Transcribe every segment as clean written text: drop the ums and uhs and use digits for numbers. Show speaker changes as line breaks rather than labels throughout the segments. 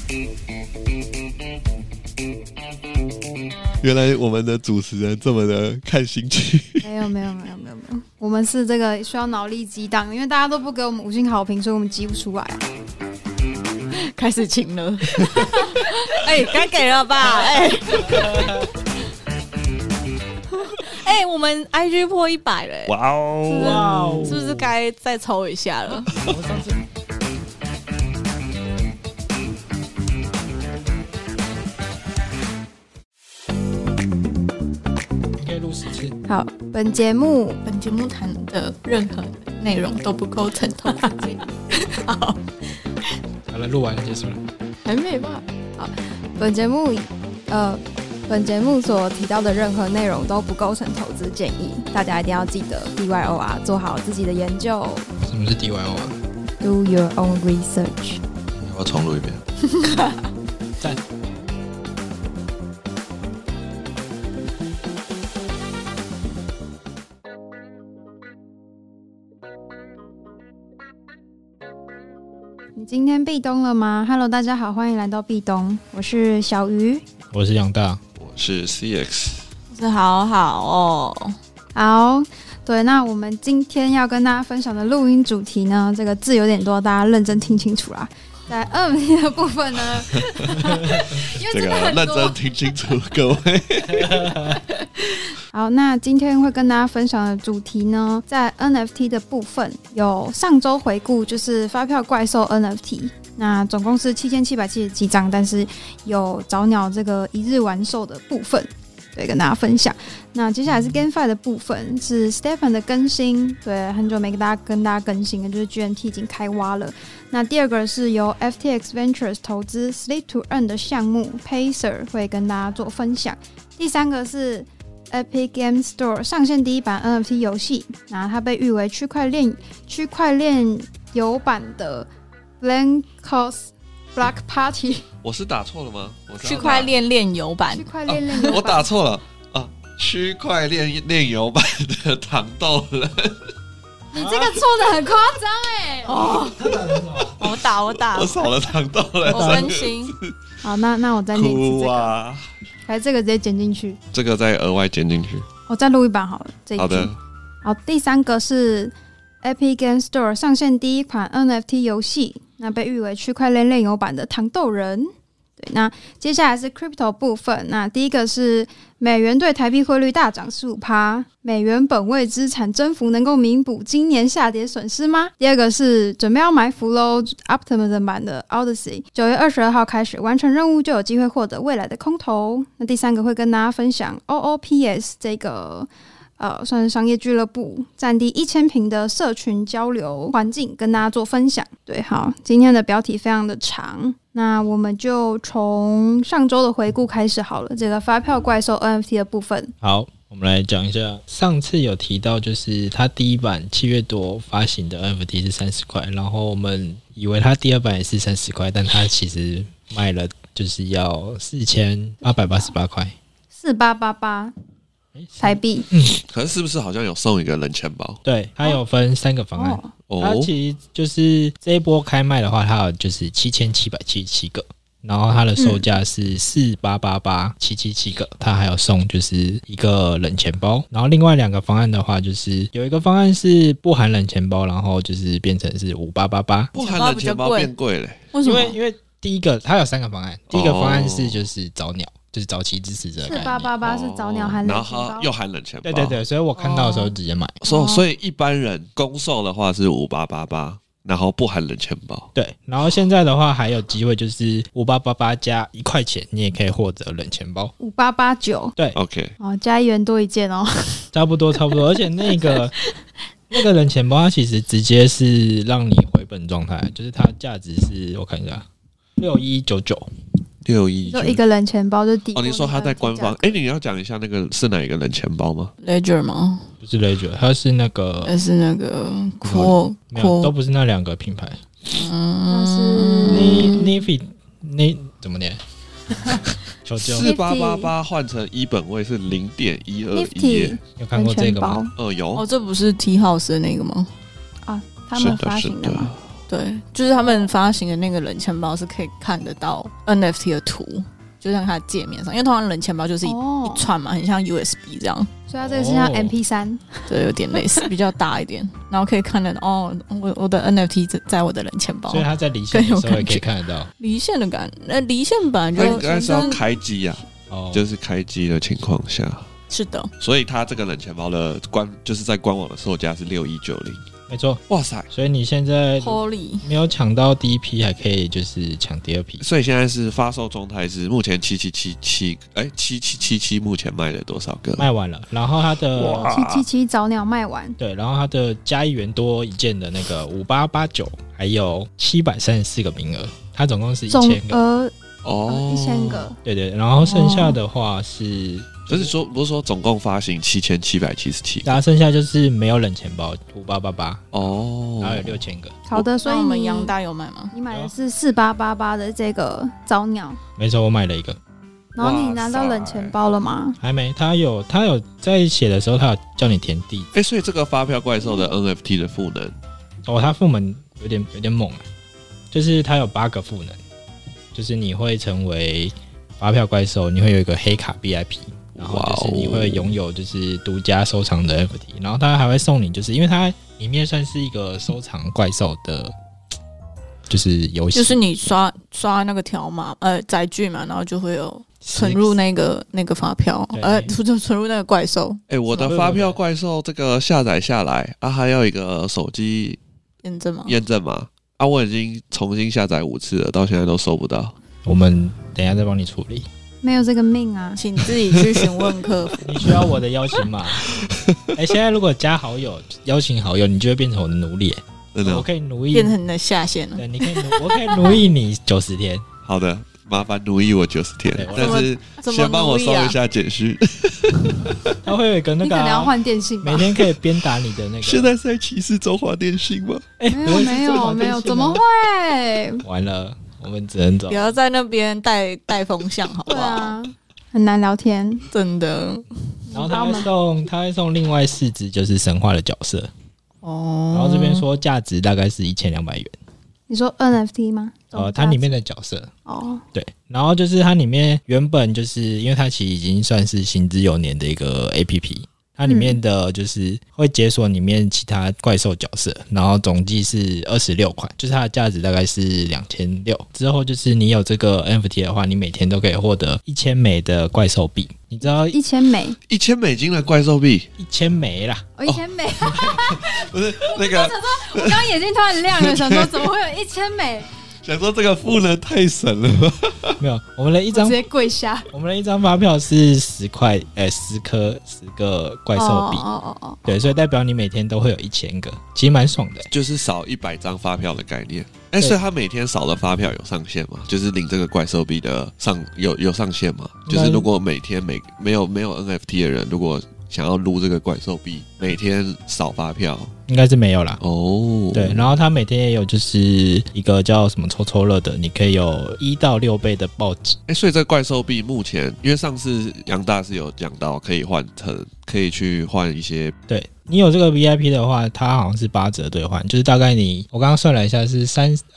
原来我们的主持人这么的看兴趣。
没有，我们是这个需要脑力激荡，因为大家都不给我们5星好评，所以我们激不出来啊。
开始请了，该给了吧？我们 IG 破100了，
哇哦，
是不是该再抽一下了？
我上次你可以录10次。
好，本节目
谈的任何内容都不构成投资建议。好
了，录完了，结束了。
还没吧？
好，本节目所提到的任何内容都不构成投资建议，大家一定要记得 DYOR， 做好自己的研究。
什么是 DYOR？
Do your own research。
我要重录一遍。
赞。
你今天壁咚了吗 ？Hello， 大家好，欢迎来到壁咚，我是小鱼，
我是杨大，
我是 CX，
是好好哦。
好，对，那我们今天要跟大家分享的录音主题呢，这个字有点多，大家认真听清楚啦。在 NFT 的部分呢，因为
这个认真听清楚，各位。
好，那今天会跟大家分享的主题呢，在 NFT 的部分有上周回顾，就是发票怪兽 NFT， 那总共是7770张，但是有早鸟这个一日完售的部分。对，跟大家分享。那接下来是 GameFi 的部分，是 Stephen 的更新。对，很久没跟大家更新了，就是 GNT 已经开挖了。那第二个是由 FTX Ventures 投资 Sleep to Earn 的项目 Pacer 会跟大家做分享。第三个是 Epic Game Store 上线第一版 NFT 游戏，那它被誉为区块链游版的 Blankos Block Party。
我是打错了吗？
区块链链游版，
区块链链游版，
我打错了啊！区块链链游版的糖豆人。
你这个错的很夸张哎！
哦，我打，
我少了糖豆人，
我更新。
好，那我再念一次这个，
啊！
来这个直接剪进去，
这个再额外剪进去。
我再录一版好了。这一句
好的。
好，第三个是 Epic Game Store 上线第一款 NFT 游戏，那被誉为区块链链游版的糖豆人。对，那接下来是 Crypto 部分。那第一个是美元对台币汇率大涨15%，美元本位资产增幅能够弥补今年下跌损失吗？第二个是准备要埋伏喽 ，Optimism 版的 Odyssey 9月22号开始完成任务就有机会获得未来的空投。那第三个会跟大家分享 OOPS 这个算是商业俱乐部，占地1000平的社群交流环境，跟大家做分享。对，好，今天的标题非常的长，那我们就从上周的回顾开始好了。这个发票怪兽 NFT 的部分，
好，我们来讲一下。上次有提到，就是它第一版7月多发行的 NFT 是30块，然后我们以为它第二版也是30块，但它其实卖了就是要4888块
4888台币。
可是不是好像有送一个冷钱包？
对，它有分3个方案。它其实就是这一波开卖的话，它有就是7777个，然后它的售价是4888777个，它还有送就是一个冷钱包。然后另外2个方案的话，就是有一个方案是不含冷钱包，然后就是变成是5888。
不含冷钱包变贵嘞？
为什么？
因为第一个它有3个方案，第一个方案是就是早鸟。就是早期支持者的概念
4888是早鸟含冷钱包，
然后又含冷钱包。
对，所以我看到的时候直接买。
所以一般人公售的话是5888，然后不含冷钱包。
对，然后现在的话还有机会，就是5888加1块钱，你也可以获得冷钱包。
5889。
对
，OK，
加1元多一件哦。差
不多，而且那个冷钱包它其实直接是让你回本状态，就是它价值是我看一下6199。
61
就一个冷钱包就抵
你说他在官方你要讲一下那个是哪一个冷钱包吗？
Ledger 吗？
不是 Ledger， 它是那个
Core，
没有，都不是那2个品牌。
那是
Nifty 怎么念？求救。
4888换成一本位是0.121，
有看过这个吗？
有。
这不是 T House 的那个吗？
他们发行的吗？
对，就是他们发行的那个冷钱包是可以看得到 NFT 的图，就像它的界面上，因为通常冷钱包就是一串嘛，很像 USB 这样，
所以它这个是像 MP3，
对，有点类似，比较大一点，然后可以看得到我的 NFT 在我的冷钱包，
所以它在离线的时候也可以看得到
离线的感，离线本来就
应该是要开机啊，就是开机的情况下，
是的，
所以它这个冷钱包的就是在官网的售价是6190，
没错，
哇塞！
所以你现在没有抢到第一批，还可以就是抢第二批。
所以现在是发售状态是目前7777，目前卖了多少个？
卖完了，然后它的
777早鸟卖完，
对，然后它的加1元多一件的那个5889，还有734个名额，它总共是1000个。
1000个，
对对，然后剩下的话是，
就是说不是说总共发行7777，
然后剩下就是没有冷钱包5888
哦，
然后有6000个。
好的，所以
我们杨大有买吗？
你买的是4888的这个早鸟，
没错，我买了一个。
然后你拿到冷钱包了吗？
还没，他有在写的时候，他有叫你填地址。
所以这个发票怪兽的 NFT 的赋能，
它赋能有点猛，就是它有8个赋能。就是你会成为发票怪兽，你会有一个黑卡 VIP， 然后就是你会拥有就是独家收藏的 NFT， 然后它还会送你，就是因为它里面算是一个收藏怪兽的，就是游戏，
就是你刷那个条码载具嘛，然后就会有存入那个发票，存入那个怪兽。
我的发票怪兽这个下载下来啊，还要一个手机验证码。我已经重新下载5次了，到现在都收不到。
我们等一下再帮你处理。
没有这个命啊，
请自己去询问客服。
你需要我的邀请码？现在如果加好友、邀请好友，你就会变成我的奴隶。
真的，
我可以奴役，
变成你的下线了。
对，我可以奴役你90天。
好的，麻烦奴役我90天，但是先帮我收一下简讯。
他会有一个那个，
你可能要换电信吧，
每天可以鞭打你的那个。
现在是在歧视中华电信吗？
没有，怎么会？
完了，我们只能走。
不要在那边带风向，好不好？
对啊，很难聊天，
真的。
然后他会送另外4只就是神话的角色。然后这边说价值大概是1200元。
你说 NFT 吗？
它里面的角色对，然后就是它里面原本就是因为它其实已经算是行之有年的一个 APP， 它里面的就是会解锁里面其他怪兽角色，然后总计是26款，就是它的价值大概是2600。之后就是你有这个 NFT 的话，你每天都可以获得1000枚的怪兽币。你知道
1000枚
？1000美金的怪兽币
？1000枚啦
！1000枚，
不是那个。
我刚刚眼睛突然亮了，想说怎么会有1000枚？
想说这个赋能太神了吧？
没有，我们的一张
直接跪下。
我们的一张发票是10块，10个怪兽币。对，所以代表你每天都会有1000个，其实蛮爽的。
就是少100张发票的概念。所以他每天少的发票有上限吗？就是领这个怪兽币的有上限吗？就是如果每天没有 NFT 的人，如果想要撸这个怪兽币，每天少发票
应该是没有啦。对，然后他每天也有就是一个叫什么抽乐的，你可以有1到6倍的暴击。
所以这怪兽币目前，因为上次杨大是有讲到可以去换一些，
对。你有这个 VIP 的话，它好像是8折兑换，就是大概我刚刚算了一下是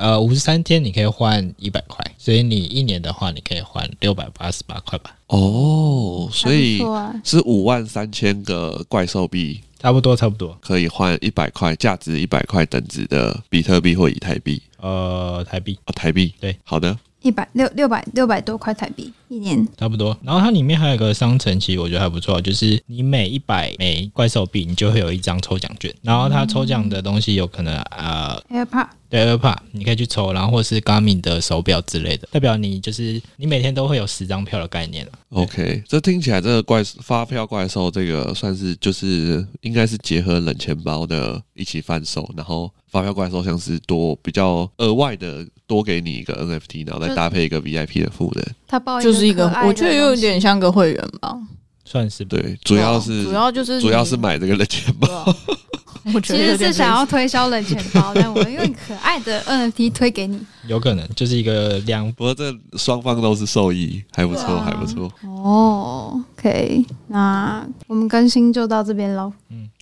53天你可以换100块，所以你1年的话你可以换688块吧。
所以是53000个怪兽币，
差不多
可以换100块，价值100块等值的比特币或以太币。台币
对，
好的。
600多块台币1年，
差不多。然后它里面还有一个商城，其实我觉得还不错，就是你每100枚怪兽币，你就会有1张抽奖券。然后它抽奖的东西有可能
AirPod，
对 AirPod， 你可以去抽，然后或是 Garmin 的手表之类的，代表你就是你每天都会有10张票的概念了。
OK， 这听起来这个发票怪兽这个算是就是应该是结合冷钱包的一起贩售，然后发票怪兽像是比较额外的多给你一个 NFT， 然后再搭配一个 VIP 的赋能，
它包
就是一个我觉得有点像个会员吧，
算是
对，主要是买这个冷钱包。
我觉得是想要推销冷钱包，但我们用可爱的 NFT 推给你，
有可能就是一个不
过这双方都是受益，还不错，还不错。
OK， 那我们更新就到这边咯。
好。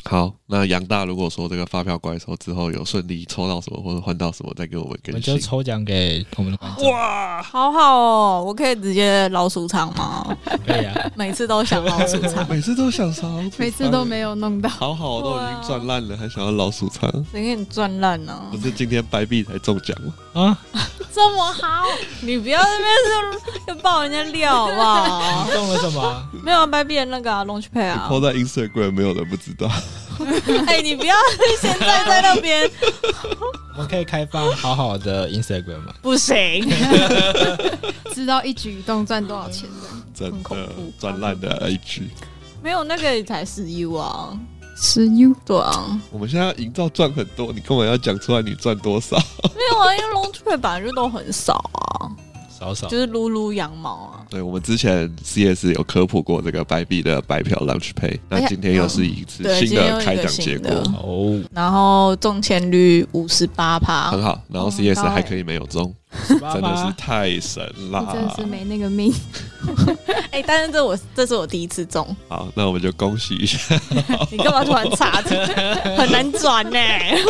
那杨大如果说这个发票怪兽之后有顺利抽到什么或者换到什么，再给我们更新。
我们就抽奖给我们的观众。
哇，好好哦！我可以直接老鼠仓吗？
可以啊，
每次都想老鼠仓，
每次都想老鼠仓，
每次都没有弄到。
好好，都已经赚烂了，还想要老鼠仓？
谁给你赚烂呢？
不是今天白币才中奖吗？
啊，
这么好，你不要那边是要爆人家料好不好？
你中了什么？
没有白币的那个Launchpad 啊
抛在 Instagram 没有人不知道。
哎，你不要现在在那边，
我们可以开放好好的 Instagram 吗？
不行，
知道一举一动赚多少钱的，
真
很恐
的
怖
赚烂的 IG。
没有那个才10U 啊，
10U。
对啊，
我们现在要营造赚很多，你根本要讲出来你赚多少？
没有啊，因为 Launchpad 本来就都很少啊，
少少
就是撸羊毛啊。
对，我们之前 CS 有科普过这个白币的白嫖 Launchpay， 那今天又是一次新的开奖结果
哦，
然后中签率58%，
很好。然后 CS 还可以没有中，真的是太神啦！
真的是没那个命。
哎，但是这是我第一次中，
好，那我们就恭喜一下。
你干嘛突然插着？很难转呢。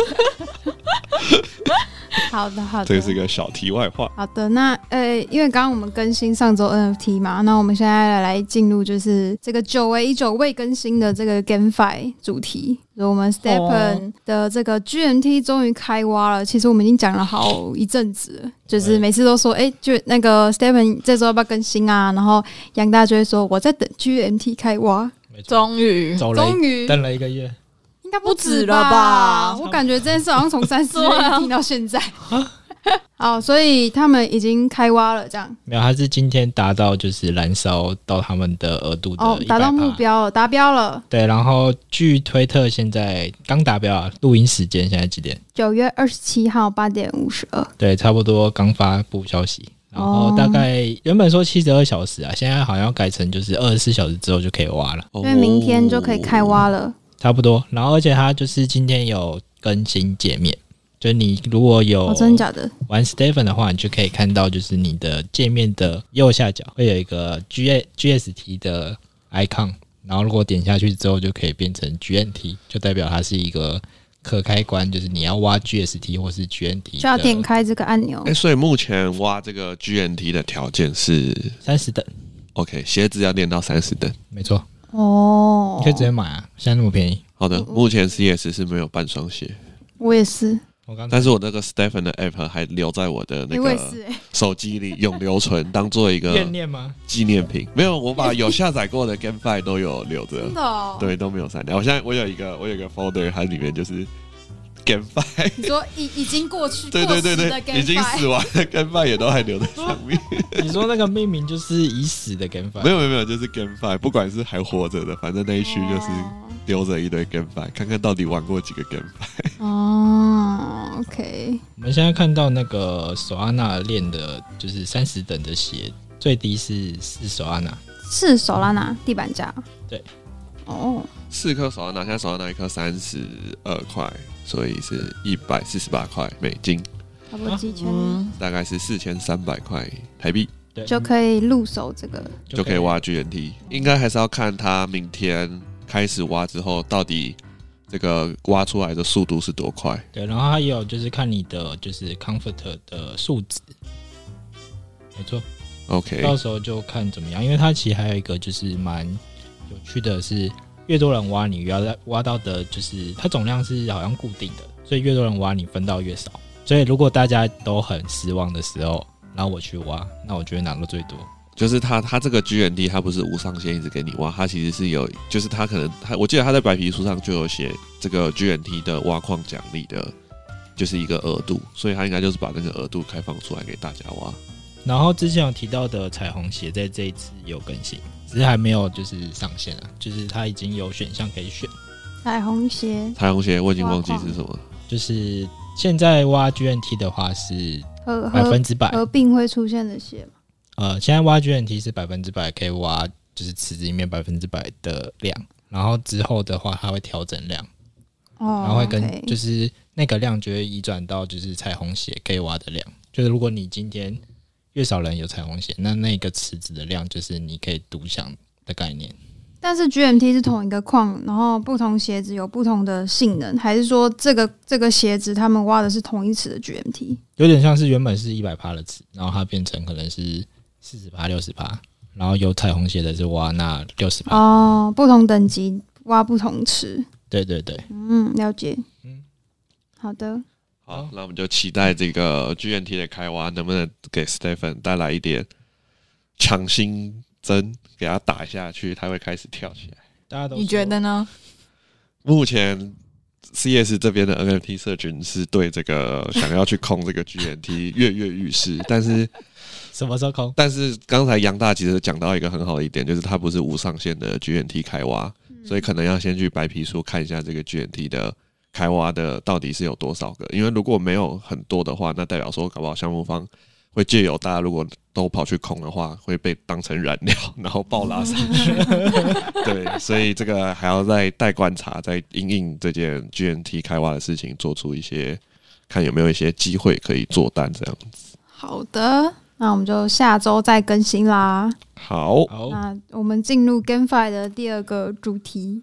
好的，好的，
这个是一个小题外话。
好的，那因为刚刚我们更新上周 NFT 嘛，那我们现在来进入就是这个久违已久未更新的这个 GameFi 主题。我们 Stepen 的这个 GMT 终于开挖了，其实我们已经讲了好一阵子了，就是每次都说，就那个 Stepen 这周要不要更新啊？然后杨大就会说我在等 GMT 开挖，
终于
等了1个月。
应该不止了吧？我感觉这件事好像从3、4月听到现在。好，所以他们已经开挖了，这样
没有？他是今天达到就是燃烧到他们的额度的100%，
达到目标了，达标了。
对，然后据推特现在刚达标啊，录音时间现在几点
？9月27号8点52。
对，差不多刚发布消息。然后大概原本说72小时啊，现在好像要改成就是24小时之后就可以挖了，
因为明天就可以开挖了。
差不多，然后而且它就是今天有更新界面，就你如果有
真的假的
玩 Stepen 的话，你就可以看到就是你的界面的右下角会有一个 GST 的 icon， 然后如果点下去之后就可以变成 GNT， 就代表它是一个可开关，就是你要挖 GST 或是 GNT
就要点开这个按钮。
所以目前挖这个 GNT 的条件是
30等
OK， 鞋子要练到30等，
没错。
你
可以直接买啊，现在那么便宜。
好的，目前 CS 是没有半双鞋，
我也是，
但是我那个 Stepen 的 app 还留在我的那个手机里永留存，当做一个纪念品。没有，我把有下载过的 GameFi 都有留着，
真的哦，
对，都没有删掉。我有一个 folder， 它里面就是 GameFi。
你说已经过去，
对，已经死亡的 GameFi 也都还留在上面。
你说那个命名就是已死的 GameFi？
没有，就是 GameFi， 不管是还活着的，反正那一区就是丢着一堆 GameFi， 看看到底玩过几个 GameFi。
OK。
我们现在看到那个Solana链的，就是30等的鞋，最低是Solana，
是Solana地板价。
对。
4颗Solana，现在Solana1颗32块，所以是148块美金，
差不多几千，
大概是4300块台币，
对，
就可以入手这个，
就可以挖 GNT。应该还是要看他明天开始挖之后，到底这个挖出来的速度是多快。
对，然后还有就是看你的就是 Comfort 的数值，没错。
OK，
到时候就看怎么样，因为它其实还有一个就是蛮有趣的是，越多人挖，你越要挖到的就是它总量是好像固定的，所以越多人挖，你分到越少。所以如果大家都很失望的时候，然后我去挖，那我就会拿到最多。
就是它这个 GNT 它不是无上限一直给你挖，它其实是有，就是它可能我记得它在白皮书上就有写这个 GNT 的挖矿奖励的，就是一个额度，所以它应该就是把那个额度开放出来给大家挖。
然后之前有提到的彩虹鞋在这一次有更新，只是还没有就是上线了，就是它已经有选项可以选。
彩虹鞋
我已经忘记是什么，
就是现在挖 GNT 的话是100%
合并会出现的鞋吗？
现在挖 GNT 是100%可以挖，就是池子里面100%的量，然后之后的话它会调整量，然后会跟就是那个量就会移转到就是彩虹鞋可以挖的量，就是如果你今天越少人有彩虹鞋，那个池子的量就是你可以独享的概念。
但是 GMT 是同一个矿，然后不同鞋子有不同的性能，还是说这个鞋子他们挖的是同一池的 GMT？
有点像是原本是100%的池，然后它变成可能是40%、60%，然后有彩虹鞋的是挖那60%。
哦，不同等级挖不同池。
对对对，
了解。好的。
好，那我们就期待这个 GMT 的开挖能不能给 Stephen 带来一点强心针，给他打下去，他会开始跳起来。
大家都
你觉得呢？
目前 CS 这边的 NFT 社群是对这个想要去控这个 GMT 跃跃欲试，但是
什么时候空？
但是刚才杨大其实讲到一个很好的一点，就是它不是无上限的 GMT 开挖，所以可能要先去白皮书看一下这个 GMT 的开挖的到底是有多少个，因为如果没有很多的话，那代表说搞不好项目方会借由大家如果都跑去空的话，会被当成燃料，然后爆拉上去。对，所以这个还要再待观察，在因应这件 GMT 开挖的事情，做出一些看有没有一些机会可以做单这样子。
好的，那我们就下周再更新啦。
好，
那我们进入 GameFi 的第二个主题。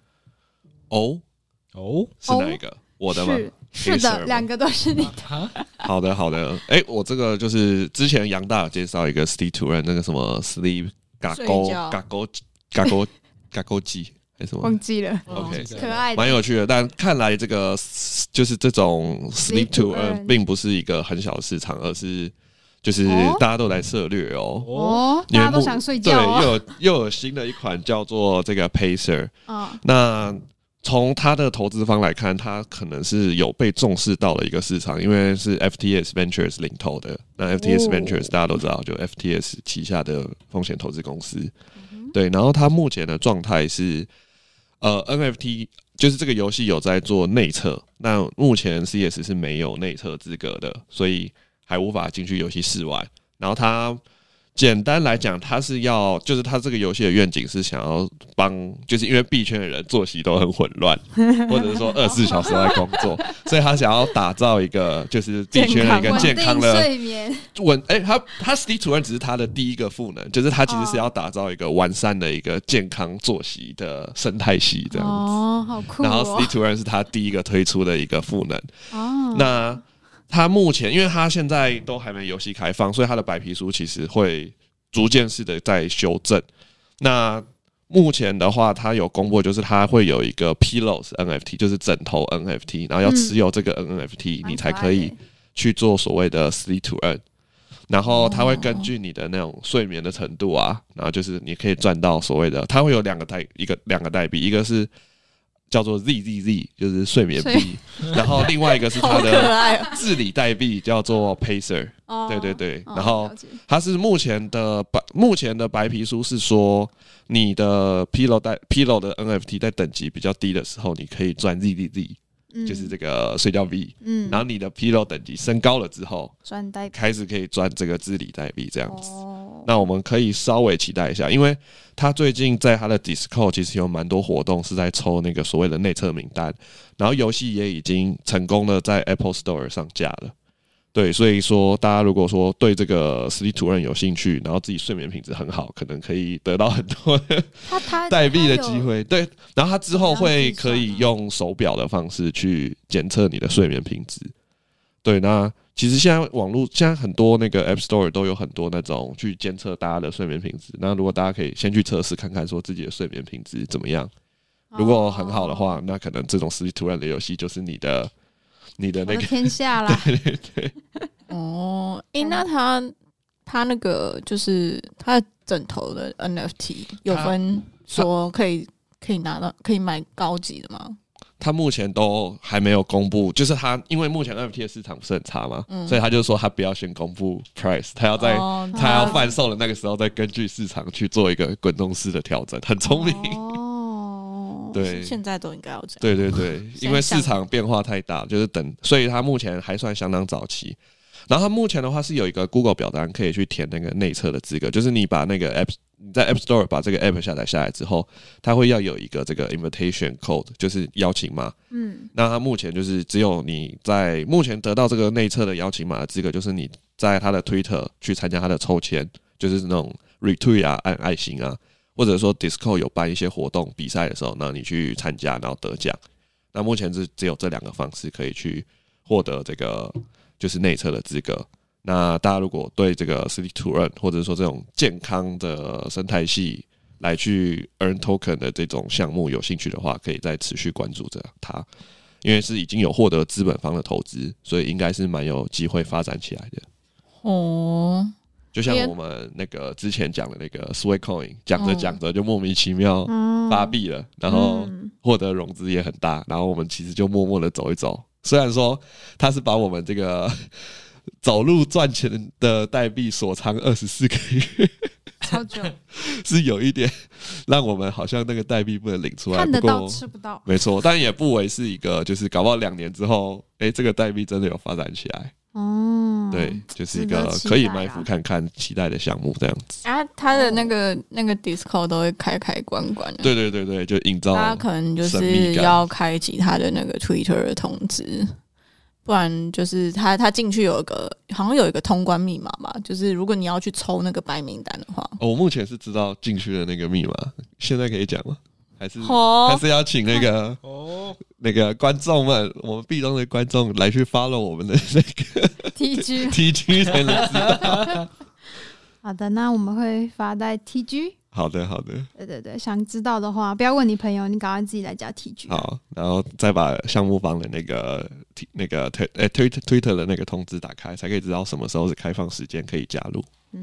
是哪一个？我的吗？
是的，两个都是你的。
好的，我这个就是之前杨大有介绍一个 Sleep to Earn 那个什么 Sleep 嘎勾记还是什么？
忘记了。
OK，
可爱的，
蛮有趣的。但看来这个就是这种 Sleep to Earn 并不是一个很小的市场，而是就是大家都来策略
大家都想睡觉
对，又有新的一款叫做这个 Pacer。那从他的投资方来看，他可能是有被重视到的一个市场，因为是 FTS Ventures 领头的。那 FTS Ventures 大家都知道，就 FTS 旗下的风险投资公司。对，然后他目前的状态是NFT 就是这个游戏有在做内测，那目前 CS 是没有内测资格的，所以还无法进去游戏试玩。然后他简单来讲，他是要，就是他这个游戏的愿景是想要帮，就是因为币圈的人作息都很混乱，或者是说24小时都在工作，所以他想要打造一个就是币圈的一个健康的
睡眠
他 Sleep to Earn 只是他的第一个赋能，就是他其实是要打造一个完善的一个健康作息的生态系这样子。
好酷。
然后 Sleep to Earn 是他第一个推出的一个赋能。那他目前，因为他现在都还没游戏开放，所以他的白皮书其实会逐渐式的在修正。那目前的话，他有公布，就是他会有一个 Pillows NFT， 就是枕头 NFT， 然后要持有这个 NFT，你才可以去做所谓的 Sleep to Earn。然后他会根据你的那种睡眠的程度啊，然后就是你可以赚到所谓的，他会有两个代币，一个是叫做 ZZZ， 就是睡眠币，然后另外一个是它的治理代币，叫做 Pacer。对，然后它是目前的白皮书是说，你的 Pillow 的 NFT 在等级比较低的时候，你可以赚 ZZZ，就是这个睡觉币。然后你的 Pillow 等级升高了之后，开始可以赚这个治理代币这样子。那我们可以稍微期待一下，因为他最近在他的 Discord 其实有蛮多活动是在抽那个所谓的内测名单，然后游戏也已经成功的在 Apple Store 上架了。对，所以说大家如果说对这个Sleep to Earn有兴趣，然后自己睡眠品质很好，可能可以得到很多代币的机会。对，然后他之后会可以用手表的方式去检测你的睡眠品质。对，那其实现在很多那个 App Store 都有很多那种去监测大家的睡眠品质。那如果大家可以先去测试看看，说自己的睡眠品质怎么样。如果很好的话，那可能这种Sleep to Earn的游戏就是你的那个
天下啦。
对。
那他那个就是他的枕头的 NFT 有分说可以拿到可以买高级的吗？
他目前都还没有公布，就是他因为目前 NFT 的市场不是很差嘛，所以他就说他不要先公布 price， 他要在他要贩售的那个时候再根据市场去做一个滚动式的调整，很聪明。对，
现在都应该要这
样。对，因为市场变化太大，就是所以他目前还算相当早期。然后他目前的话是有一个 Google 表单可以去填那个内测的资格，就是你把那个 App 你在 App Store 把这个 App 下载下来之后，它会要有一个这个 invitation code， 就是邀请码。那它目前就是只有你在目前得到这个内测的邀请码的资格，就是你在他的 Twitter 去参加他的抽签，就是那种 retweet 啊、按爱心啊， 或者说 Discord 有办一些活动比赛的时候，那你去参加然后得奖。那目前只有这2个方式可以去获得这个就是内测的资格。那大家如果对这个 City to Earn 或者说这种健康的生态系来去 earn token 的这种项目有兴趣的话，可以再持续关注着它，因为是已经有获得资本方的投资，所以应该是蛮有机会发展起来的。
哦，
就像我们那个之前讲的那个 Sweat Coin， 讲着讲着就莫名其妙发币了，然后获得融资也很大，然后我们其实就默默的走一走。虽然说他是把我们这个走路赚钱的代币锁藏24个月，
超久，
是有一点让我们好像那个代币不能领出来，
看得到吃不到，
没错，但也不为是一个，就是搞不好2年之后，这个代币真的有发展起来。哦，对，就是一个可以埋伏看看期待的项目这样子
啊。他的那个 Discord 都会开关关，
对，就营造
他可能就是要开启他的那个 Twitter 的通知。不然就是他进去好像有一个通关密码吧，就是如果你要去抽那个白名单的话，
我目前是知道进去的那个密码，现在可以讲吗？还是要请那个观众们，我们币中的观众来去 follow 我们的那个 TG 才能知道。
好的，那我们会发在 TG。
好的。
对，想知道的话，不要问你朋友，你赶快自己来加 TG。
好，然后再把项目方的那个 Twitter 的那个通知打开，才可以知道什么时候是开放时间可以加入。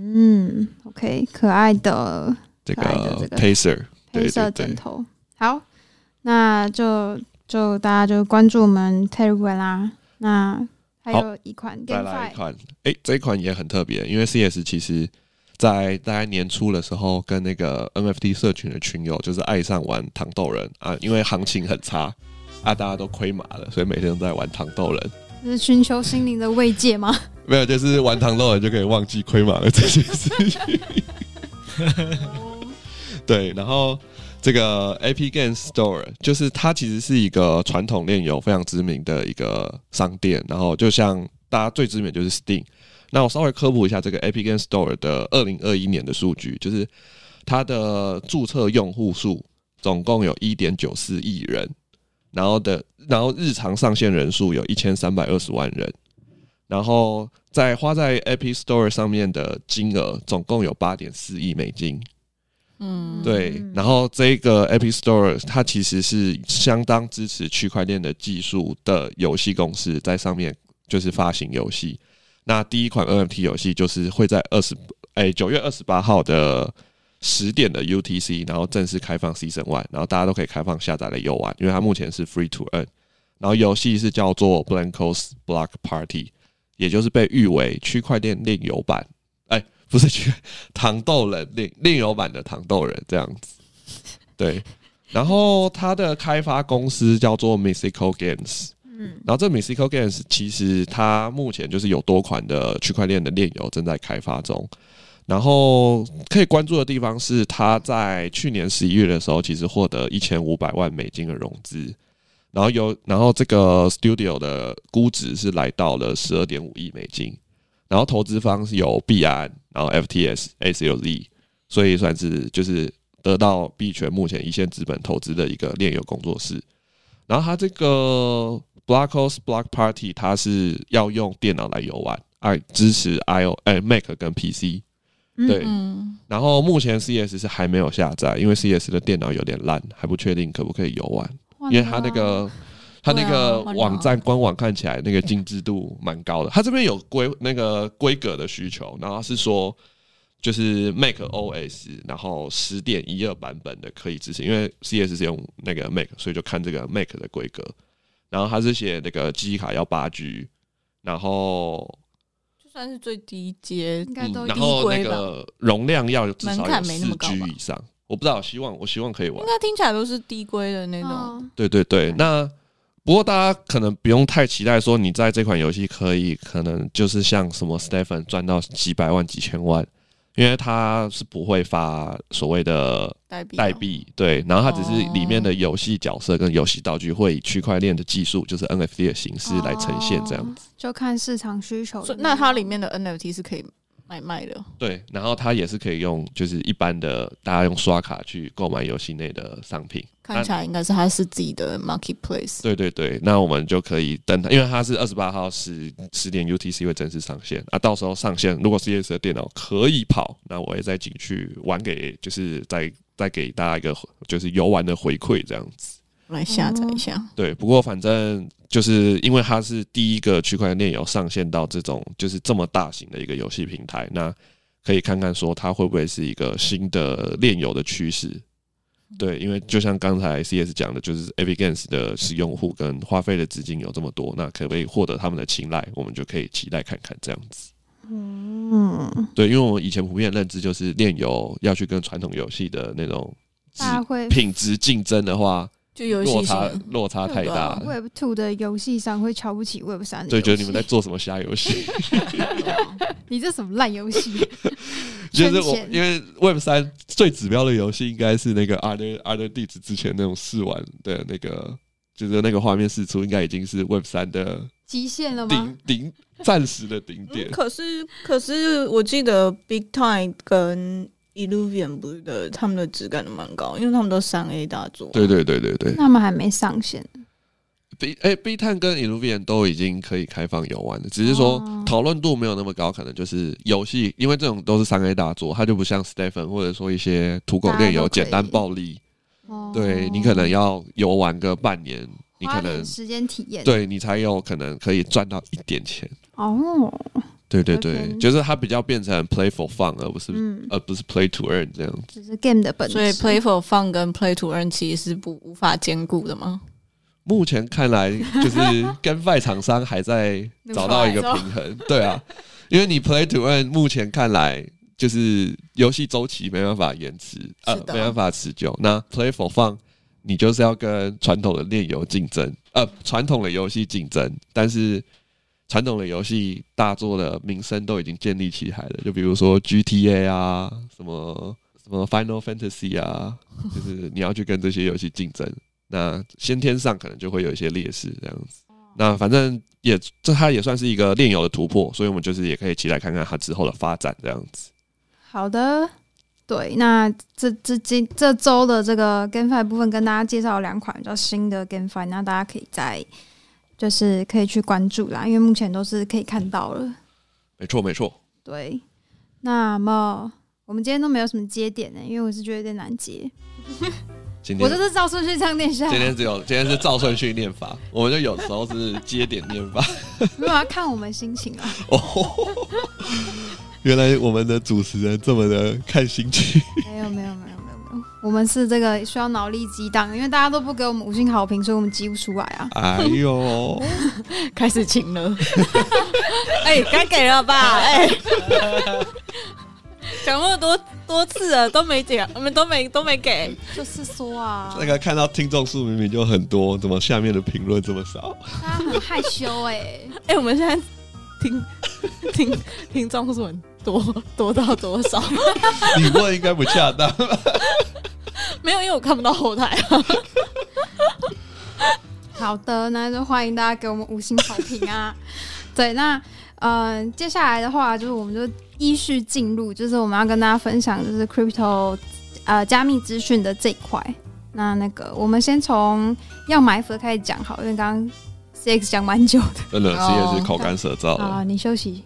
OK， 可爱的
这个 Pacer
枕头。好，那就大家就关注我们 Telegram 啦。那还有一款 GameFi，
再来一款，这一款也很特别，因为 CS 其实在大概年初的时候，跟那个 NFT 社群的群友就是爱上玩糖豆人啊，因为行情很差啊，大家都亏麻了，所以每天都在玩糖豆人。
是寻求心灵的慰藉吗？
没有，就是玩糖豆人就可以忘记亏麻了这件事情。对，然后这个 Epic Games Store 就是它其实是一个传统链游非常知名的一个商店，然后就像大家最知名就是 Steam。那我稍微科普一下这个 Epic Games Store 的2021年的数据，就是它的注册用户数总共有 1.94 亿人，然后日常上线人数有1320万人，然后花在 Epic Store 上面的金额总共有8.4亿美金。对，然后这个 Epic Store 它其实是相当支持区块链的技术的游戏公司在上面就是发行游戏。那第一款 NFT 游戏就是会在9月28号的10点的 UTC， 然后正式开放 Season 1， 然后大家都可以开放下载来游玩，因为它目前是 Free to Earn。然后游戏是叫做 Blankos Block Party， 也就是被誉为区块链链游版，不是糖豆人链游版的糖豆人这样子。对，然后它的开发公司叫做 Mystical Games。然后这 Mystical Games 其实它目前就是有多款的区块链的链游正在开发中，然后可以关注的地方是它在去年11月的时候其实获得1500万美金的融资，然后这个 Studio 的估值是来到了12.5亿美金，然后投资方是有币安，然后 FTS、ACLZ， 所以算是就是得到币圈目前一线资本投资的一个链游工作室。然后它这个Blankos Block Party 它是要用电脑来游玩，支持 Mac 跟 PC。对，然后目前 CS 是还没有下载，因为 CS 的电脑有点烂，还不确定可不可以游玩。因为它那个网站官网看起来那个精致度蛮高的，它这边有规格的需求，然后是说就是 Mac OS， 然后 10.12 版本的可以支持，因为 CS 是用那个 Mac， 所以就看这个 Mac 的规格。然后它是写那个记忆卡要8G， 然后
就算是最低阶，应该都
然后那个容量要至少有 4G 以上。我不知道，我希望可以玩。
应该听起来都是低规的那种。
对，那不过大家可能不用太期待说你在这款游戏可能就是像什么 Stephen 赚到几百万几千万。因为它是不会发所谓的代币，对，然后它只是里面的游戏角色跟游戏道具会以区块链的技术，就是 NFT 的形式来呈现这样子，
就看市场需求。
那它里面的 NFT 是可以买卖的。
对，然后它也是可以用就是一般的大家用刷卡去购买游戏内的商品，
看起来应该是它是自己的 marketplace。
对对对，那我们就可以等它，因为它是28号10点 UTC 会正式上线啊，到时候上线，如果 CS 的电脑可以跑，那我也再进去玩给，就是再给大家一个就是游玩的回馈这样子。
来下载一下。
对，不过反正就是因为它是第一个区块链有上线到这种就是这么大型的一个游戏平台，那可以看看说它会不会是一个新的链游的趋势。对，因为就像刚才 CS 讲的，就是 Epic Games 的使用户跟花费的资金有这么多，那可不可以获得他们的青睐，我们就可以期待看看这样子。对，因为我们以前普遍认知就是链游要去跟传统游戏的那种品质竞争的话，
就游戏
落差太大了。
Web 2的游戏商会瞧不起 Web 3的游戏，
对，觉得你们在做什么瞎游戏？
你这什么烂游戏？
就是我，因为 Web 3最指标的游戏应该是那个 Other Deeds 之前那种试玩的那个，就是那个画面释出，应该已经是 Web 3的
极限了吗？
暂时的顶点。
可是我记得 Big Time 跟Illuvian 不是的，他们的质感都蛮高，因为他们都3A 大作。
对，
他们还没上线。
B 探跟 Illuvian 都已经可以开放游玩了，只是说讨论度没有那么高，可能就是游戏，因为这种都是3A 大作，它就不像 Stephen 或者说一些土狗链游简单暴力。对，你可能要游玩个半年，你可能
时间体验，
对你才有可能可以赚到一点钱。对，就是它比较变成 play for fun， 而不是 play to earn 这样子。
就是 game 的本质。
所以 play for fun 跟 play to earn 其实是无法兼顾的吗？
目前看来，就是 GameFi 厂商还在找到一个平衡。对啊，因为你 play to earn 目前看来就是游戏周期没办法延迟，没办法持久。那 play for fun 你就是要跟传统的链游竞争，传统的游戏竞争，但是传统的游戏大作的名声都已经建立起来了，就比如说 GTA 啊，什么 Final Fantasy 啊，就是你要去跟这些游戏竞争，那先天上可能就会有一些劣势这样子。那反正它也算是一个链游的突破，所以我们就是也可以期待看看它之后的发展这样子。
好的，对，那这周的这个 GameFi 部分跟大家介绍2款比较新的 GameFi， 那大家可以就是可以去关注啦，因为目前都是可以看到了。
没错。对，
那么我们今天都没有什么接点呢，因为我是觉得有点难接。我这是照顺序这样念下来。今天是照顺序念法，我们就有时候是接点念法。没有要看我们心情啊。
原来我们的主持人这么的看心情。
没有，我们是这个需要脑力激荡，因为大家都不给我们5星好评，所以我们激不出来啊。
哎呦，
开始请了。该给了吧？讲那么多次了，都没讲，我们都没给。
就是说啊，
那个看到听众数明明就很多，怎么下面的评论这么少？
大家很害羞
我们现在听众数很多到多少？
你问应该不恰当。
没有，因为我看不到后台啊。
好的，那就欢迎大家给我们5星好评啊。对，那接下来的话就是我们就依序进入，就是我们要跟大家分享就是 crypto 加密资讯的这一块。那个我们先从要埋伏开始讲好，因为刚刚 CX 讲蛮久的，
真的 CX 是口干舌燥
啊。你休息。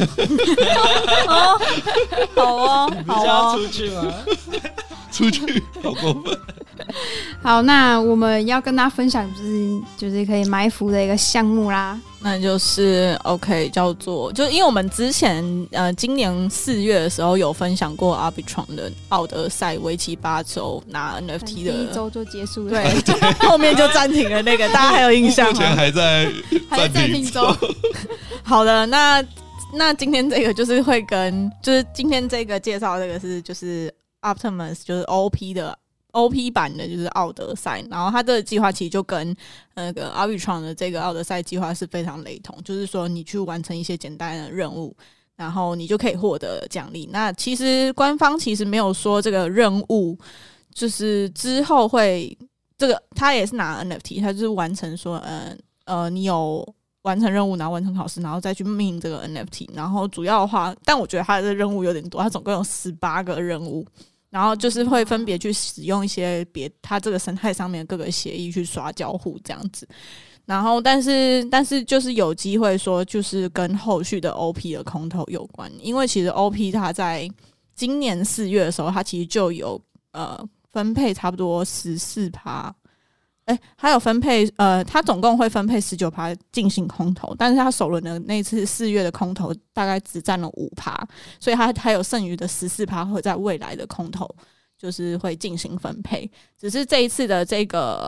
好哦，
你不是要出去吗？
出去，好过分。
好，那我们要跟大家分享就是可以埋伏的一个项目啦。
那就是 OK， 叫做就因为我们之前今年4月的时候有分享过 Arbitrum 的奥德赛为期8周拿 NFT 的，
第1周就结束了，
对，后面就暂停了那个，大家还有印象吗？
目前还在
暂停中。
好的，那今天这个就是会跟就是今天这个介绍这个是就是 Optimus 就是 OP 版的就是奥德赛，然后它的计划其实就跟那个 Arbitrum 的这个奥德赛计划是非常雷同，就是说你去完成一些简单的任务，然后你就可以获得奖励。那其实官方其实没有说这个任务就是之后会这个，他也是拿 NFT， 他就是完成说你有完成任务，然后完成考试，然后再去命这个 NFT。然后主要的话，但我觉得它的任务有点多，它总共有18个任务，然后就是会分别去使用一些它这个生态上面的各个协议去刷交互这样子。然后但是就是有机会说，就是跟后续的 OP 的空投有关，因为其实 OP 它在今年4月的时候，它其实就有分配差不多14%，它有分配它总共会分配19%进行空投，但是它首轮的那次4月的空投大概只占了5%，所以它还有剩余的14%会在未来的空投就是会进行分配。只是这一次的这个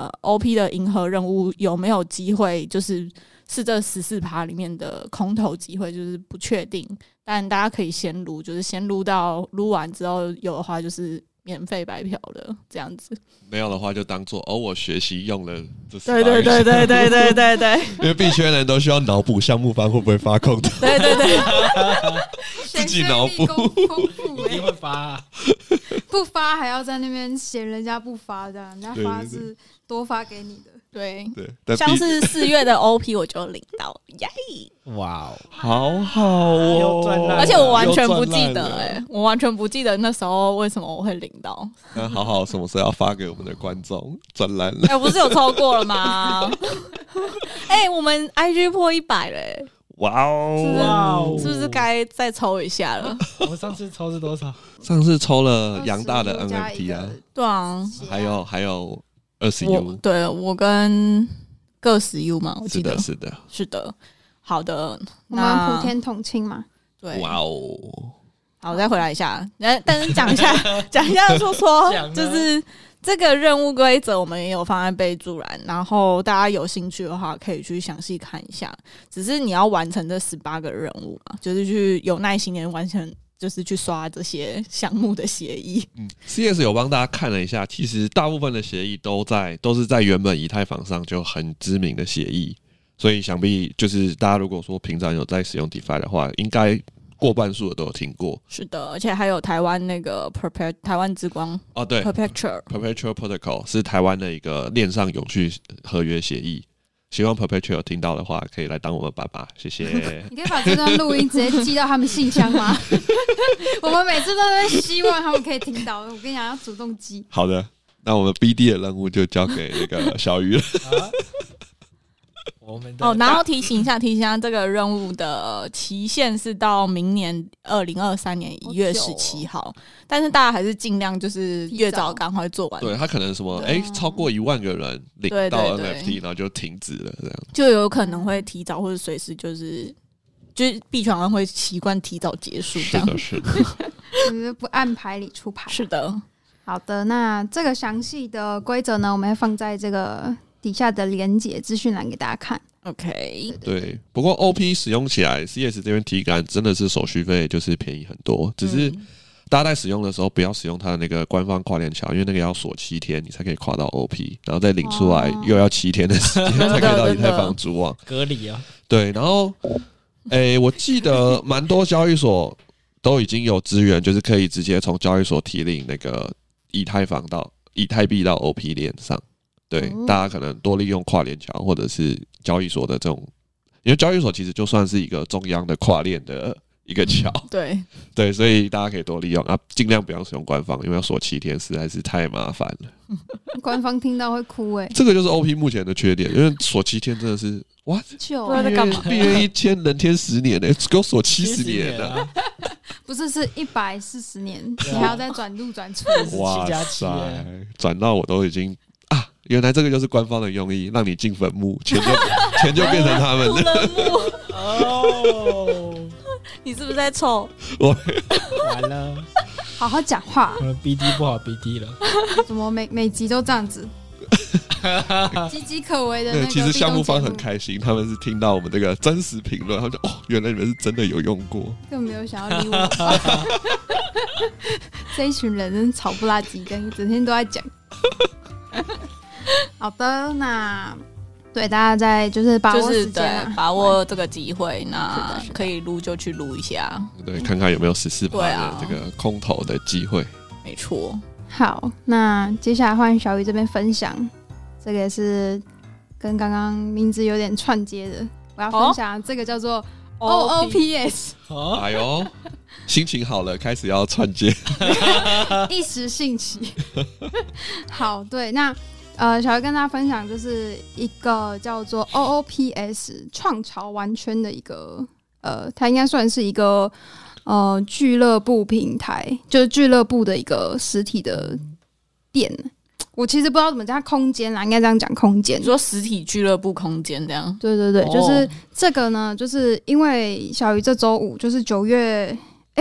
OP 的银河任务有没有机会是这14%里面的空投机会，就是不确定，但大家可以先撸，就是先撸到撸完之后有的话就是免费白嫖的这样子，
没有的话就当做我学习用了这
对对对对对对对对，
因为币圈人都需要脑补项目方会不会发空投，
对对对，
自己脑补
一定会发
不发还要在那边嫌人家不发，这样人家发是多发给你的。
对
对，
像是4月的 OP 我就领到，耶！
哇哦，
好好哦，
而且我完全不记得我完全不记得那时候为什么我会领到。
那好好，什么时候要发给我们的观众？赚烂了！
不是有抽过了吗？我们 IG 破100了
哇哦，
是不是该再抽一下了？
我们上次抽是多少？
上次抽了杨大的 NFT 啊，
对啊，
还有20U，
对，我跟各10U 嘛，我记得
是的，好的，
我们普天同庆嘛，
对，
哇哦，
好，再回来一下，但是讲一下说，就是这个任务规则我们也有放在备注栏，然后大家有兴趣的话可以去详细看一下。只是你要完成这18个任务嘛，就是去有耐心的完成。就是去刷这些项目的协议。
CS 有帮大家看了一下，其实大部分的协议都是在原本以太坊上就很知名的协议，所以想必就是大家如果说平常有在使用 DeFi 的话，应该过半数的都有听过。
是的，而且还有台湾那个台湾之光
对
Perpetual
Protocol 是台湾的一个链上永续合约协议。希望 Perpetual 听到的话，可以来当我们爸爸，谢谢。
你可以把这段录音直接寄到他们信箱吗？我们每次都在希望他们可以听到。我跟你讲，要主动寄。
好的，那我们 BD 的任务就交给那个小鱼了。
我们的
然后提醒一下，这个任务的期限是到明年2023年1月17号，但是大家还是尽量就是越早赶快做完。
对，他可能什么超过1万个人领到 NFT， 然后就停止了，这样
就有可能会提早或者随时就是币圈人会习惯提早结束，这样
是的，
就是不按牌理出牌。
是的，
好的，那这个详细的规则呢，我们会放在这个底下的连结资讯栏给大家看。
OK，
对。不过 OP 使用起来 ，CS 这边体感真的是手续费就是便宜很多，只是大家在使用的时候不要使用它的那个官方跨链桥，因为那个要锁7天，你才可以跨到 OP， 然后再领出来又要7天的时间才可以到以太坊主网
隔离啊。
对，然后我记得蛮多交易所都已经有资源，就是可以直接从交易所提领那个以太币到 OP 链上。对，大家可能多利用跨链桥或者是交易所的这种，因为交易所其实就算是一个中央的跨链的一个桥，对，所以大家可以多利用啊，尽量不要使用官方，因为要锁7天实在是太麻烦了。
官方听到会哭
这个就是 OP 目前的缺点，因为锁7天真的是哇，
久
在干嘛？
币约1000，人天10年给我锁70年了。
不是140年，你还要再转入转出。
哇塞，转到我都已经。原来这个就是官方的用意，让你进坟墓，钱就变成他们的。
哦，你是不是在臭？
完了，
好好讲话。
BD 不好 BD 了，
怎么每集都这样子？岌岌可危的那个。
其实项目方很开心，他们是听到我们这个真实评论，他们就原来你们是真的有用过，
根本没有想要理我。这一群人真吵不拉几的，整天都在讲。好的，那对大家在就是把握时间
把握这个机会，那可以撸就去撸一下，
对，看看有没有14%的这个空投的机会。
没错。
好，那接下来换小鱼这边分享，这个也是跟刚刚名字有点串接的， 我要分享这个叫做 OOPS。
哎呦，心情好了，开始要串接，
一时兴起。好，对，那小鱼跟大家分享就是一个叫做 OOPS 创潮玩圈的一个它应该算是一个俱乐部平台，就是俱乐部的一个实体的店。我其实不知道怎么叫空间啦，应该这样讲空间。
你说实体俱乐部空间这样？
对对对，就是这个呢，就是因为小鱼这周五就是9月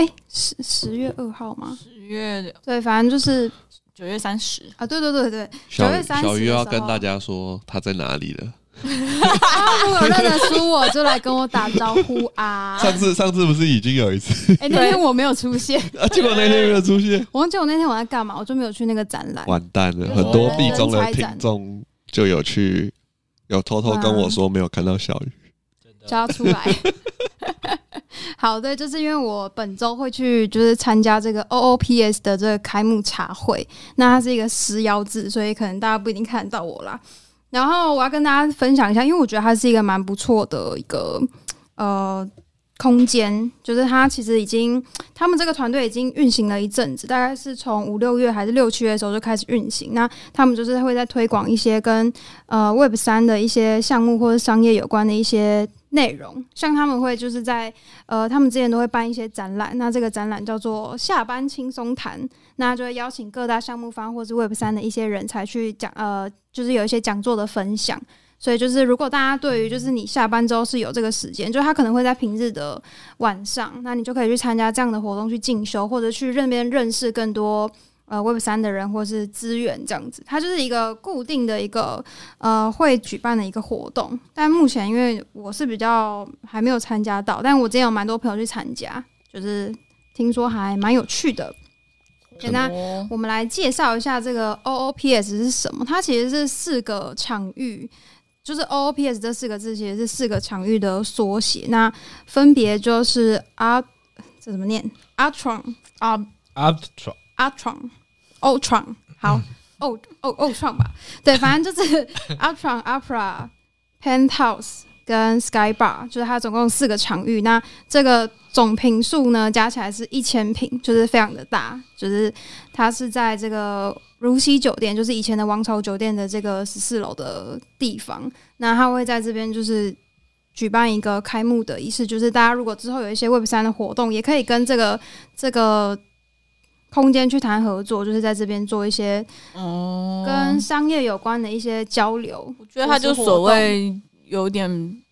10月2号吗
？10月
对，反正就是
9月30
啊，对对对对，9月30
小鱼要跟大家说他在哪里了。
如果认得出我就来跟我打招呼啊！
上次不是已经有一次？
那天我没有出现
结果那天没有出现。
我忘记我那天我在干嘛，我就没有去那个展览。
完蛋了，很多币中的听众就有偷偷跟我说没有看到小鱼，
叫他出来。好，对，就是因为我本周会去就是参加这个 OOPS 的这个开幕茶会，那它是一个实邀制，所以可能大家不一定看得到我啦。然后我要跟大家分享一下，因为我觉得它是一个蛮不错的一个空间，就是它其实他们这个团队已经运行了一阵子，大概是从5、6月还是6、7月的时候就开始运行。那他们就是会在推广一些跟Web3 的一些项目或者商业有关的一些内容，像他们会就是在他们之前都会办一些展览，那这个展览叫做下班轻松谈，那就会邀请各大项目方或是 Web3 的一些人才去讲就是有一些讲座的分享。所以就是如果大家对于就是你下班之后是有这个时间，就他可能会在平日的晚上，那你就可以去参加这样的活动去进修，或者去那边认识更多Web3 的人或是资源这样子。它就是一个固定的一个会举办的一个活动，但目前因为我是比较还没有参加到，但我之前有蛮多朋友去参加，就是听说还蛮有趣的。那我们来介绍一下这个 OOPS 是什么。它其实是4个场域，就是 OOPS 这4个字其实是4个场域的缩写，那分别就是这怎么念 Ultron 好Ultron 吧，对，反正就是 Ultron Opera Penthouse 跟 Skybar， 就是它总共4个场域，那这个总坪数呢加起来是1000坪，就是非常的大，就是它是在这个如溪酒店，就是以前的王朝酒店的这个14楼的地方，那它会在这边就是举办一个开幕的仪式，就是大家如果之后有一些 Web3 的活动，也可以跟这个空间去谈合作，就是在这边做一些跟商业有关的一些交流。
我觉得它就所谓有点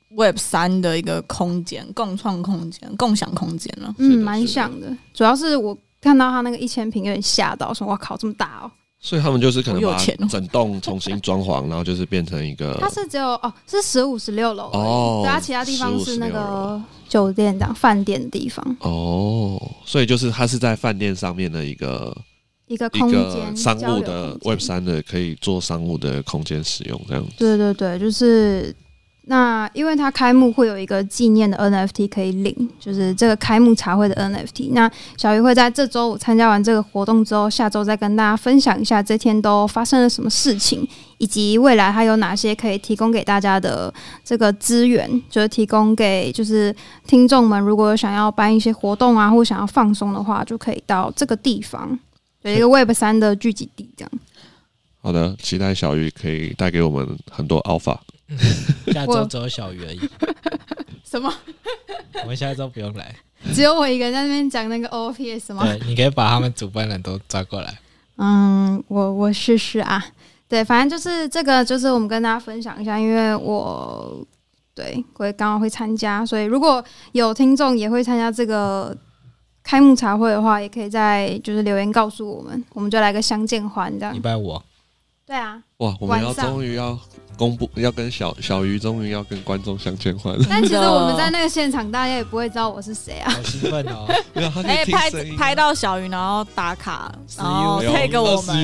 Web3 的一个空间，共创空间、共享空间了。
蛮像的。主要是我看到它那个1000坪有点吓到，说哇靠，这么大哦！
所以他们就是可能把整栋重新装潢，然后就是变成一个。
它是只有是15、16楼对，它其他地方是那个酒店这样饭店的地方。
所以就是它是在饭店上面的一个
空间，
商务的 Web3 的可以做商务的空间使用这样子。
对对对，就是那因为它开幕会有一个纪念的 NFT 可以领，就是这个开幕茶会的 NFT。那小鱼会在这周五参加完这个活动之后，下周再跟大家分享一下这天都发生了什么事情，以及未来还有哪些可以提供给大家的这个资源，就是提供给就是听众们，如果有想要办一些活动啊，或想要放松的话，就可以到这个地方，有一个 Web3 的聚集地这样。
好的，期待小鱼可以带给我们很多 alpha。
下周只有小鱼而已。
什么？
我们下周不用来，
只有我一个人在那边讲那个 OOPS 吗？
对，你可以把他们主办人都抓过来。
我试试啊。对，反正就是这个，就是我们跟大家分享一下，因为我刚好会参加，所以如果有听众也会参加这个开幕茶会的话，也可以在就是留言告诉我们，我们就来个相见欢这样。
礼拜5。
对啊。
哇，我们终于要公布，要跟小鱼终于要跟观众相见欢了。
但其实我们在那个现场，大家也不会知道我是谁啊。
好兴奋哦！
没有，他可以听声音
拍到小鱼，然后打卡，然后tag我们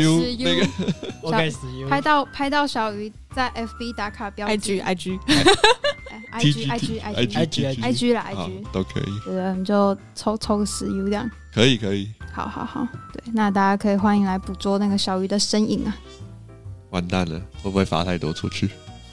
，OK，
拍到小鱼在 FB 打卡标记
IG
啦 IG
都可以。
对，我们就抽个10U 这样。
可以。
好，对，那大家可以欢迎来捕捉那个小鱼的身影啊。
完蛋了，会不会发太多出去？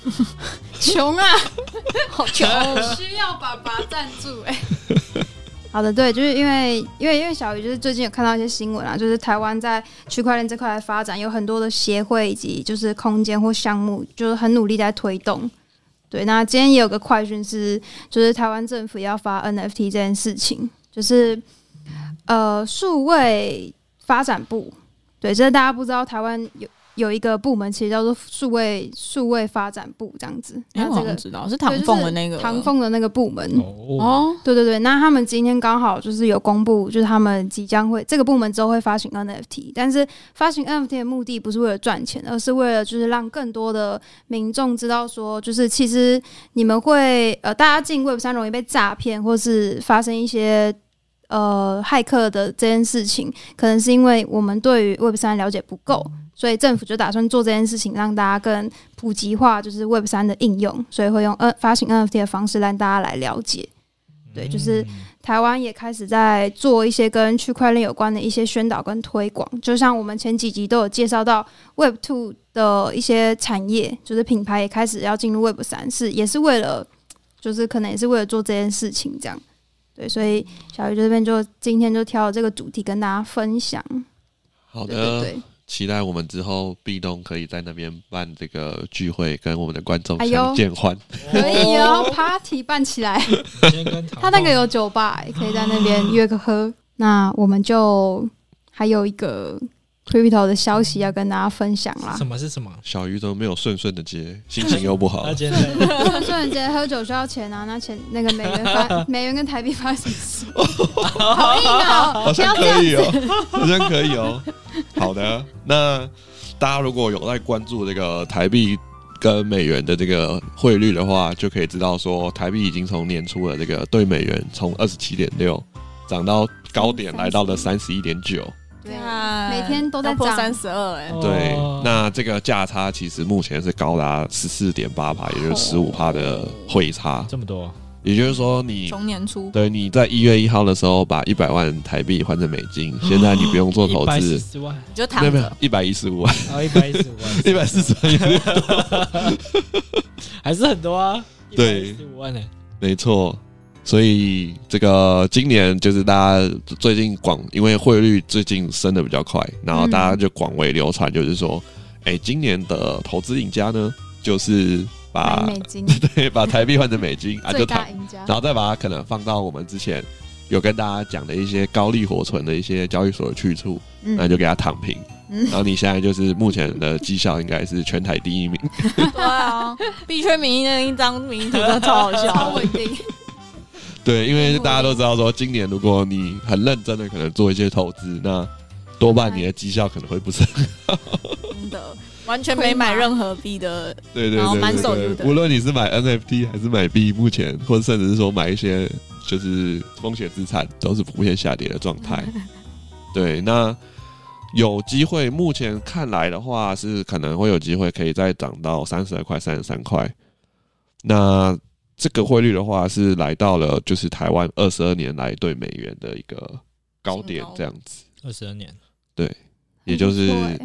穷啊，
好穷，
需要爸爸赞助好的，对，就是因为小鱼就是最近有看到一些新闻啊，就是台湾在区块链这块的发展有很多的协会以及就是空间或项目，就是很努力在推动。对，那今天也有个快讯是，就是台湾政府要发 NFT 这件事情，就是数位发展部，对，这大家不知道，台湾有一个部门其实叫做数位发展部这样子。
那这个知道是唐凤的那个
唐凤的那个部门哦，对对对。那他们今天刚好就是有公布，就是他们即将会这个部门之后会发行 NFT， 但是发行 NFT 的目的不是为了赚钱，而是为了就是让更多的民众知道说，就是其实你们会大家进 Web3 容易被诈骗，或是发生一些骇客的这件事情，可能是因为我们对于 Web3 了解不够。所以政府就打算做这件事情，让大家更普及化，就是 Web3 的应用，所以会用发行 NFT 的方式让大家来了解。对，就是台湾也开始在做一些跟区块链有关的一些宣导跟推广，就像我们前几集都有介绍到 Web2 的一些产业，就是品牌也开始要进入 Web3，也是为了，就是可能也是为了做这件事情这样。对，所以小鱼这边就今天就挑了这个主题跟大家分享。
好的，
对对对，
期待我们之后壁咚可以在那边办这个聚会，跟我们的观众相见欢。
可以哦，party 办起来。他那个有酒吧，可以在那边约个喝。那我们就还有一个 Crypto 的消息要跟大家分享啦。
什么是什么？
小鱼都没有顺顺的接，心情又不好。
顺顺的接，喝酒需要钱啊，那钱那个美元跟台币发生什么？好硬啊！
好像可以哦，好像可以哦。好的，那大家如果有在关注这个台币跟美元的这个汇率的话，就可以知道说，台币已经从年初的这个对美元从27.6涨到高点来到了31.9。
对啊，每天都在
破32哎。
对，那这个价差其实目前是高达14.8%，也就是15%的汇差，
这么多。
也就是说你，
从年初
对你在1月1号的时候把100万台币换成美金，现在你不用做投资
，140万，
你就躺着，
没有115万
，115万
，140万也是很多，
还是很多啊，
对
，115万呢，
没错。所以这个今年就是大家最近因为汇率最近升的比较快，然后大家就广为流传，就是说，今年的投资赢家呢，就是把
美金
对，把台币换成美金啊，
最大赢家，
然后再把它可能放到我们之前有跟大家讲的一些高利活存的一些交易所的去处，那就给它躺平。然后你现在就是目前的绩效应该是全台第1名。
对啊，币圈民意那一张民意图真的超好笑，
超稳定。
对，因为大家都知道说，今年如果你很认真的可能做一些投资，那多半你的绩效可能会不是很好。
真的，完全没买任何币的，
对，
然后满手的。
无论你是买 NFT 还是买币，目前或者甚至是说买一些就是风险资产，都是普遍下跌的状态。对，那有机会，目前看来的话是可能会有机会可以再涨到32块、33块。那这个汇率的话是来到了就是台湾22年来对美元的一个高点，这样子。
22年，
对，也就是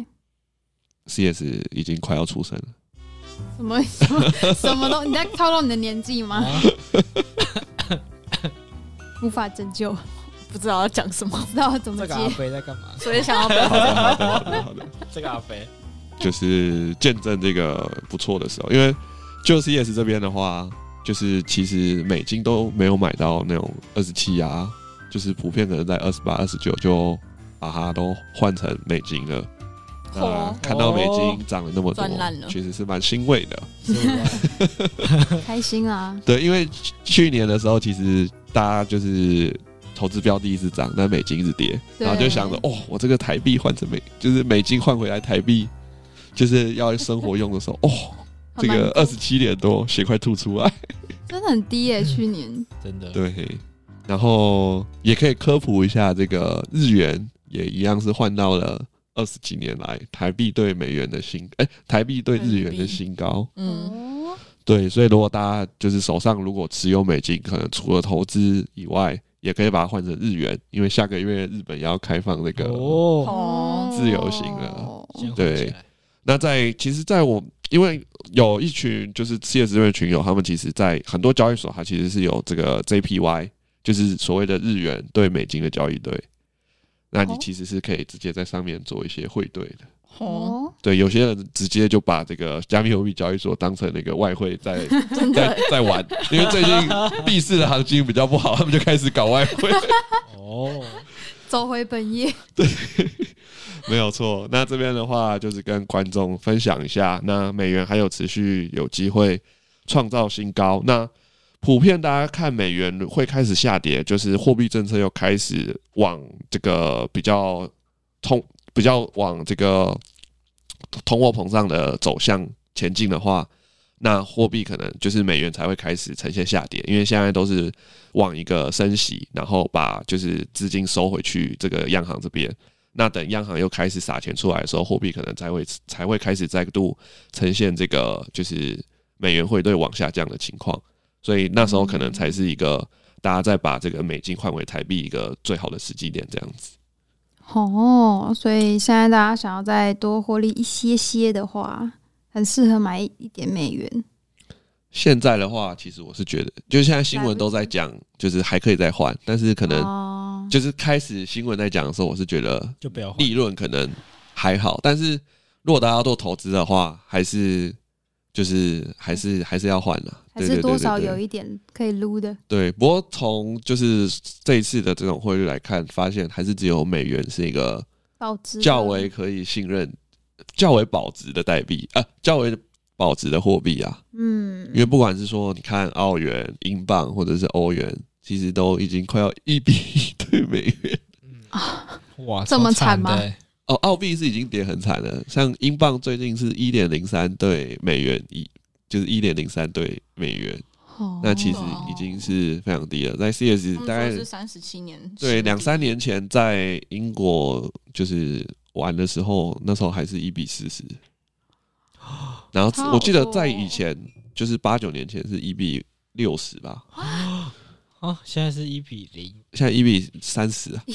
CS 已经快要出生了。
什么都你在透露你的年纪吗？无法拯救，
不知道要讲什么，
不知道怎么接。
这个阿飞在干嘛？
所以想要
好的，
这个阿飞
就是见证这个不错的时候，因为就 CS 这边的话，就是其实美金都没有买到那种27啊，就是普遍可能在28、29就把它都换成美金了。看到美金涨了那么多，其实是蛮欣慰的，
开心啊！
对，因为去年的时候，其实大家就是投资标的一直涨，但美金一直跌，然后就想着哦，我这个台币换成就是美金换回来台币，就是要生活用的时候，哦，这个27点多，血快吐出来，
真的很低耶，去年
真的
对。然后也可以科普一下，这个日元也一样是换到了20几年来台币对美元的台币对日元的新高。对，所以如果大家就是手上如果持有美金，可能除了投资以外，也可以把它换成日元，因为下个月日本也要开放那个自由行了。对，那其实在我因为有一群就是CS 的群友，他们其实在很多交易所，它其实是有这个 JPY， 就是所谓的日元对美金的交易对。那你其实是可以直接在上面做一些汇兑的。
哦，
对，有些人直接就把这个加密货币交易所当成那个外汇在玩，因为最近币市的行情比较不好，他们就开始搞外汇。
哦，
走回本业。
对，没有错。那这边的话，就是跟观众分享一下，那美元还有持续有机会创造新高。那普遍大家看美元会开始下跌，就是货币政策又开始往这个比较往这个通货膨胀的走向前进的话，那货币可能就是美元才会开始呈现下跌，因为现在都是往一个升息，然后把就是资金收回去这个央行这边。那等央行又开始撒钱出来的时候，货币可能才会开始再度呈现这个就是美元汇兑往下降的情况，所以那时候可能才是一个大家再把这个美金换回台币一个最好的时机点，这样子。
哦，所以现在大家想要再多获利一些的话，很适合买一点美元。
现在的话，其实我是觉得，就是现在新闻都在讲，就是还可以再换，但是可能就是开始新闻在讲的时候，我是觉得
就不要
利润可能还好，但是如果大家要做投资的话，还是要换啦，
还是多少有一点可以撸的。
对，不过从就是这一次的这种汇率来看，发现还是只有美元是一个较为可以信任、较为保值的代币啊，较为保值的货币啊。因为不管是说你看澳元、英镑或者是欧元，其实都已经快要1比1对美元。
哇，
这么惨吗？
哦，澳币是已经跌很惨了，像英镑最近是 1.03 对美元，就是 1.03 对美元，那其实已经是非常低了。在 CS 大概
是37年，
对，2-3年前在英国就是玩的时候，那时候还是1比40，然后我记得在以前就是8-9年前是1比60吧。
现在是1比0，
现在1比30啊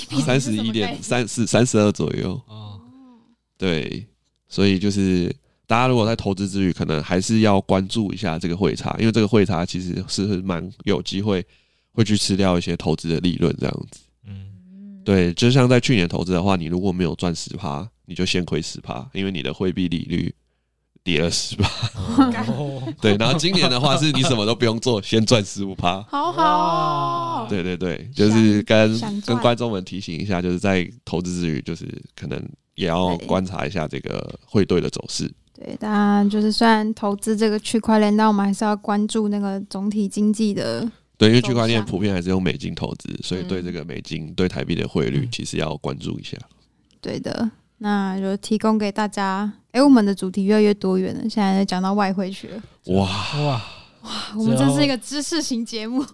，31.32左右。对，所以就是大家如果在投资之余，可能还是要关注一下这个汇差，因为这个汇差其实是蛮有机会会去吃掉一些投资的利润这样子。对，就像在去年投资的话，你如果没有赚10%，你就先亏10%，因为你的汇币利率跌了10%。对，然后今年的话是你什么都不用做，先赚15%。
好好。
对对对，就是跟观众们提醒一下，就是在投资之余，就是可能也要观察一下这个汇兑的走势。
对，当然就是虽然投资这个区块链，但我们还是要关注那个总体经济的。对，
因为区块链普遍还是用美金投资，所以对这个美金对台币的汇率其实要关注一下。
对的，那就提供给大家。我们的主题越来越多元了，现在讲到外汇去了。
哇，
我们真是一个知识型节目。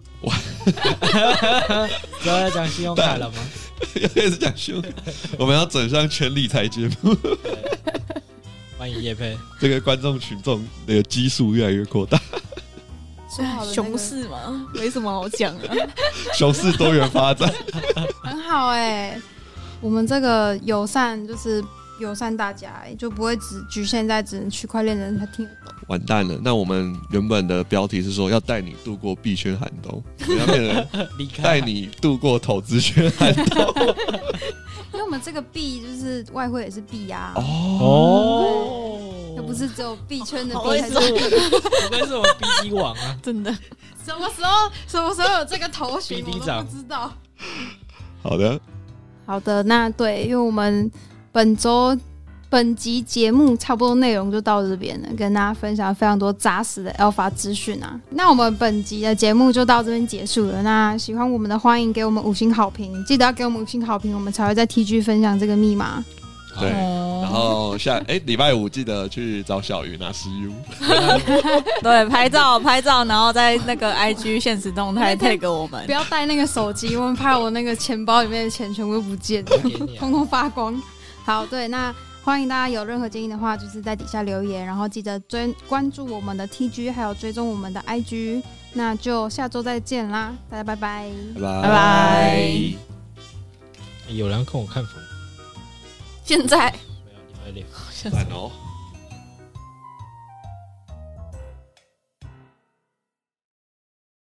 不要再讲信用卡了吗？
要开始讲信用卡，我们要转向全理财节目。
欢迎业配，
这个观众群众的基数越来越扩大。
熊市嘛，没什么好讲的。
熊市多元发展，
很好我们这个友善就是友善大家就不会只局限在只能区块链的人才听得懂。
完蛋了！那我们原本的标题是说要带你度过币圈寒冬，要变成带你度过投资圈寒冬。
因为我们这个币就是外汇也是币啊。又不是只有币圈的币才是币。
不愧是我们 BD 王啊，
真的。
什么时候有这个头衔我都不知道。好的，那对，因为我们本集节目差不多内容就到这边了，跟大家分享非常多扎实的 Alpha 资讯啊。那我们本集的节目就到这边结束了。那喜欢我们的欢迎给我们5星好评，记得要给我们5星好评，我们才会在 TG 分享这个密码。
对，然后礼拜5记得去找小鱼拿10U。
对，拍照，然后在那个 IG 限时动态 tag 我们。
不要带那个手机，我们怕我那个钱包里面的钱全部不见，通通发光。好，对，那欢迎大家有任何建议的话，就是在底下留言，然后记得关注我们的 TG， 还有追踪我们的 IG。那就下周再见啦，大家拜拜，
拜拜。
有人跟我看房？
现在
没有，你们练。
赞哦。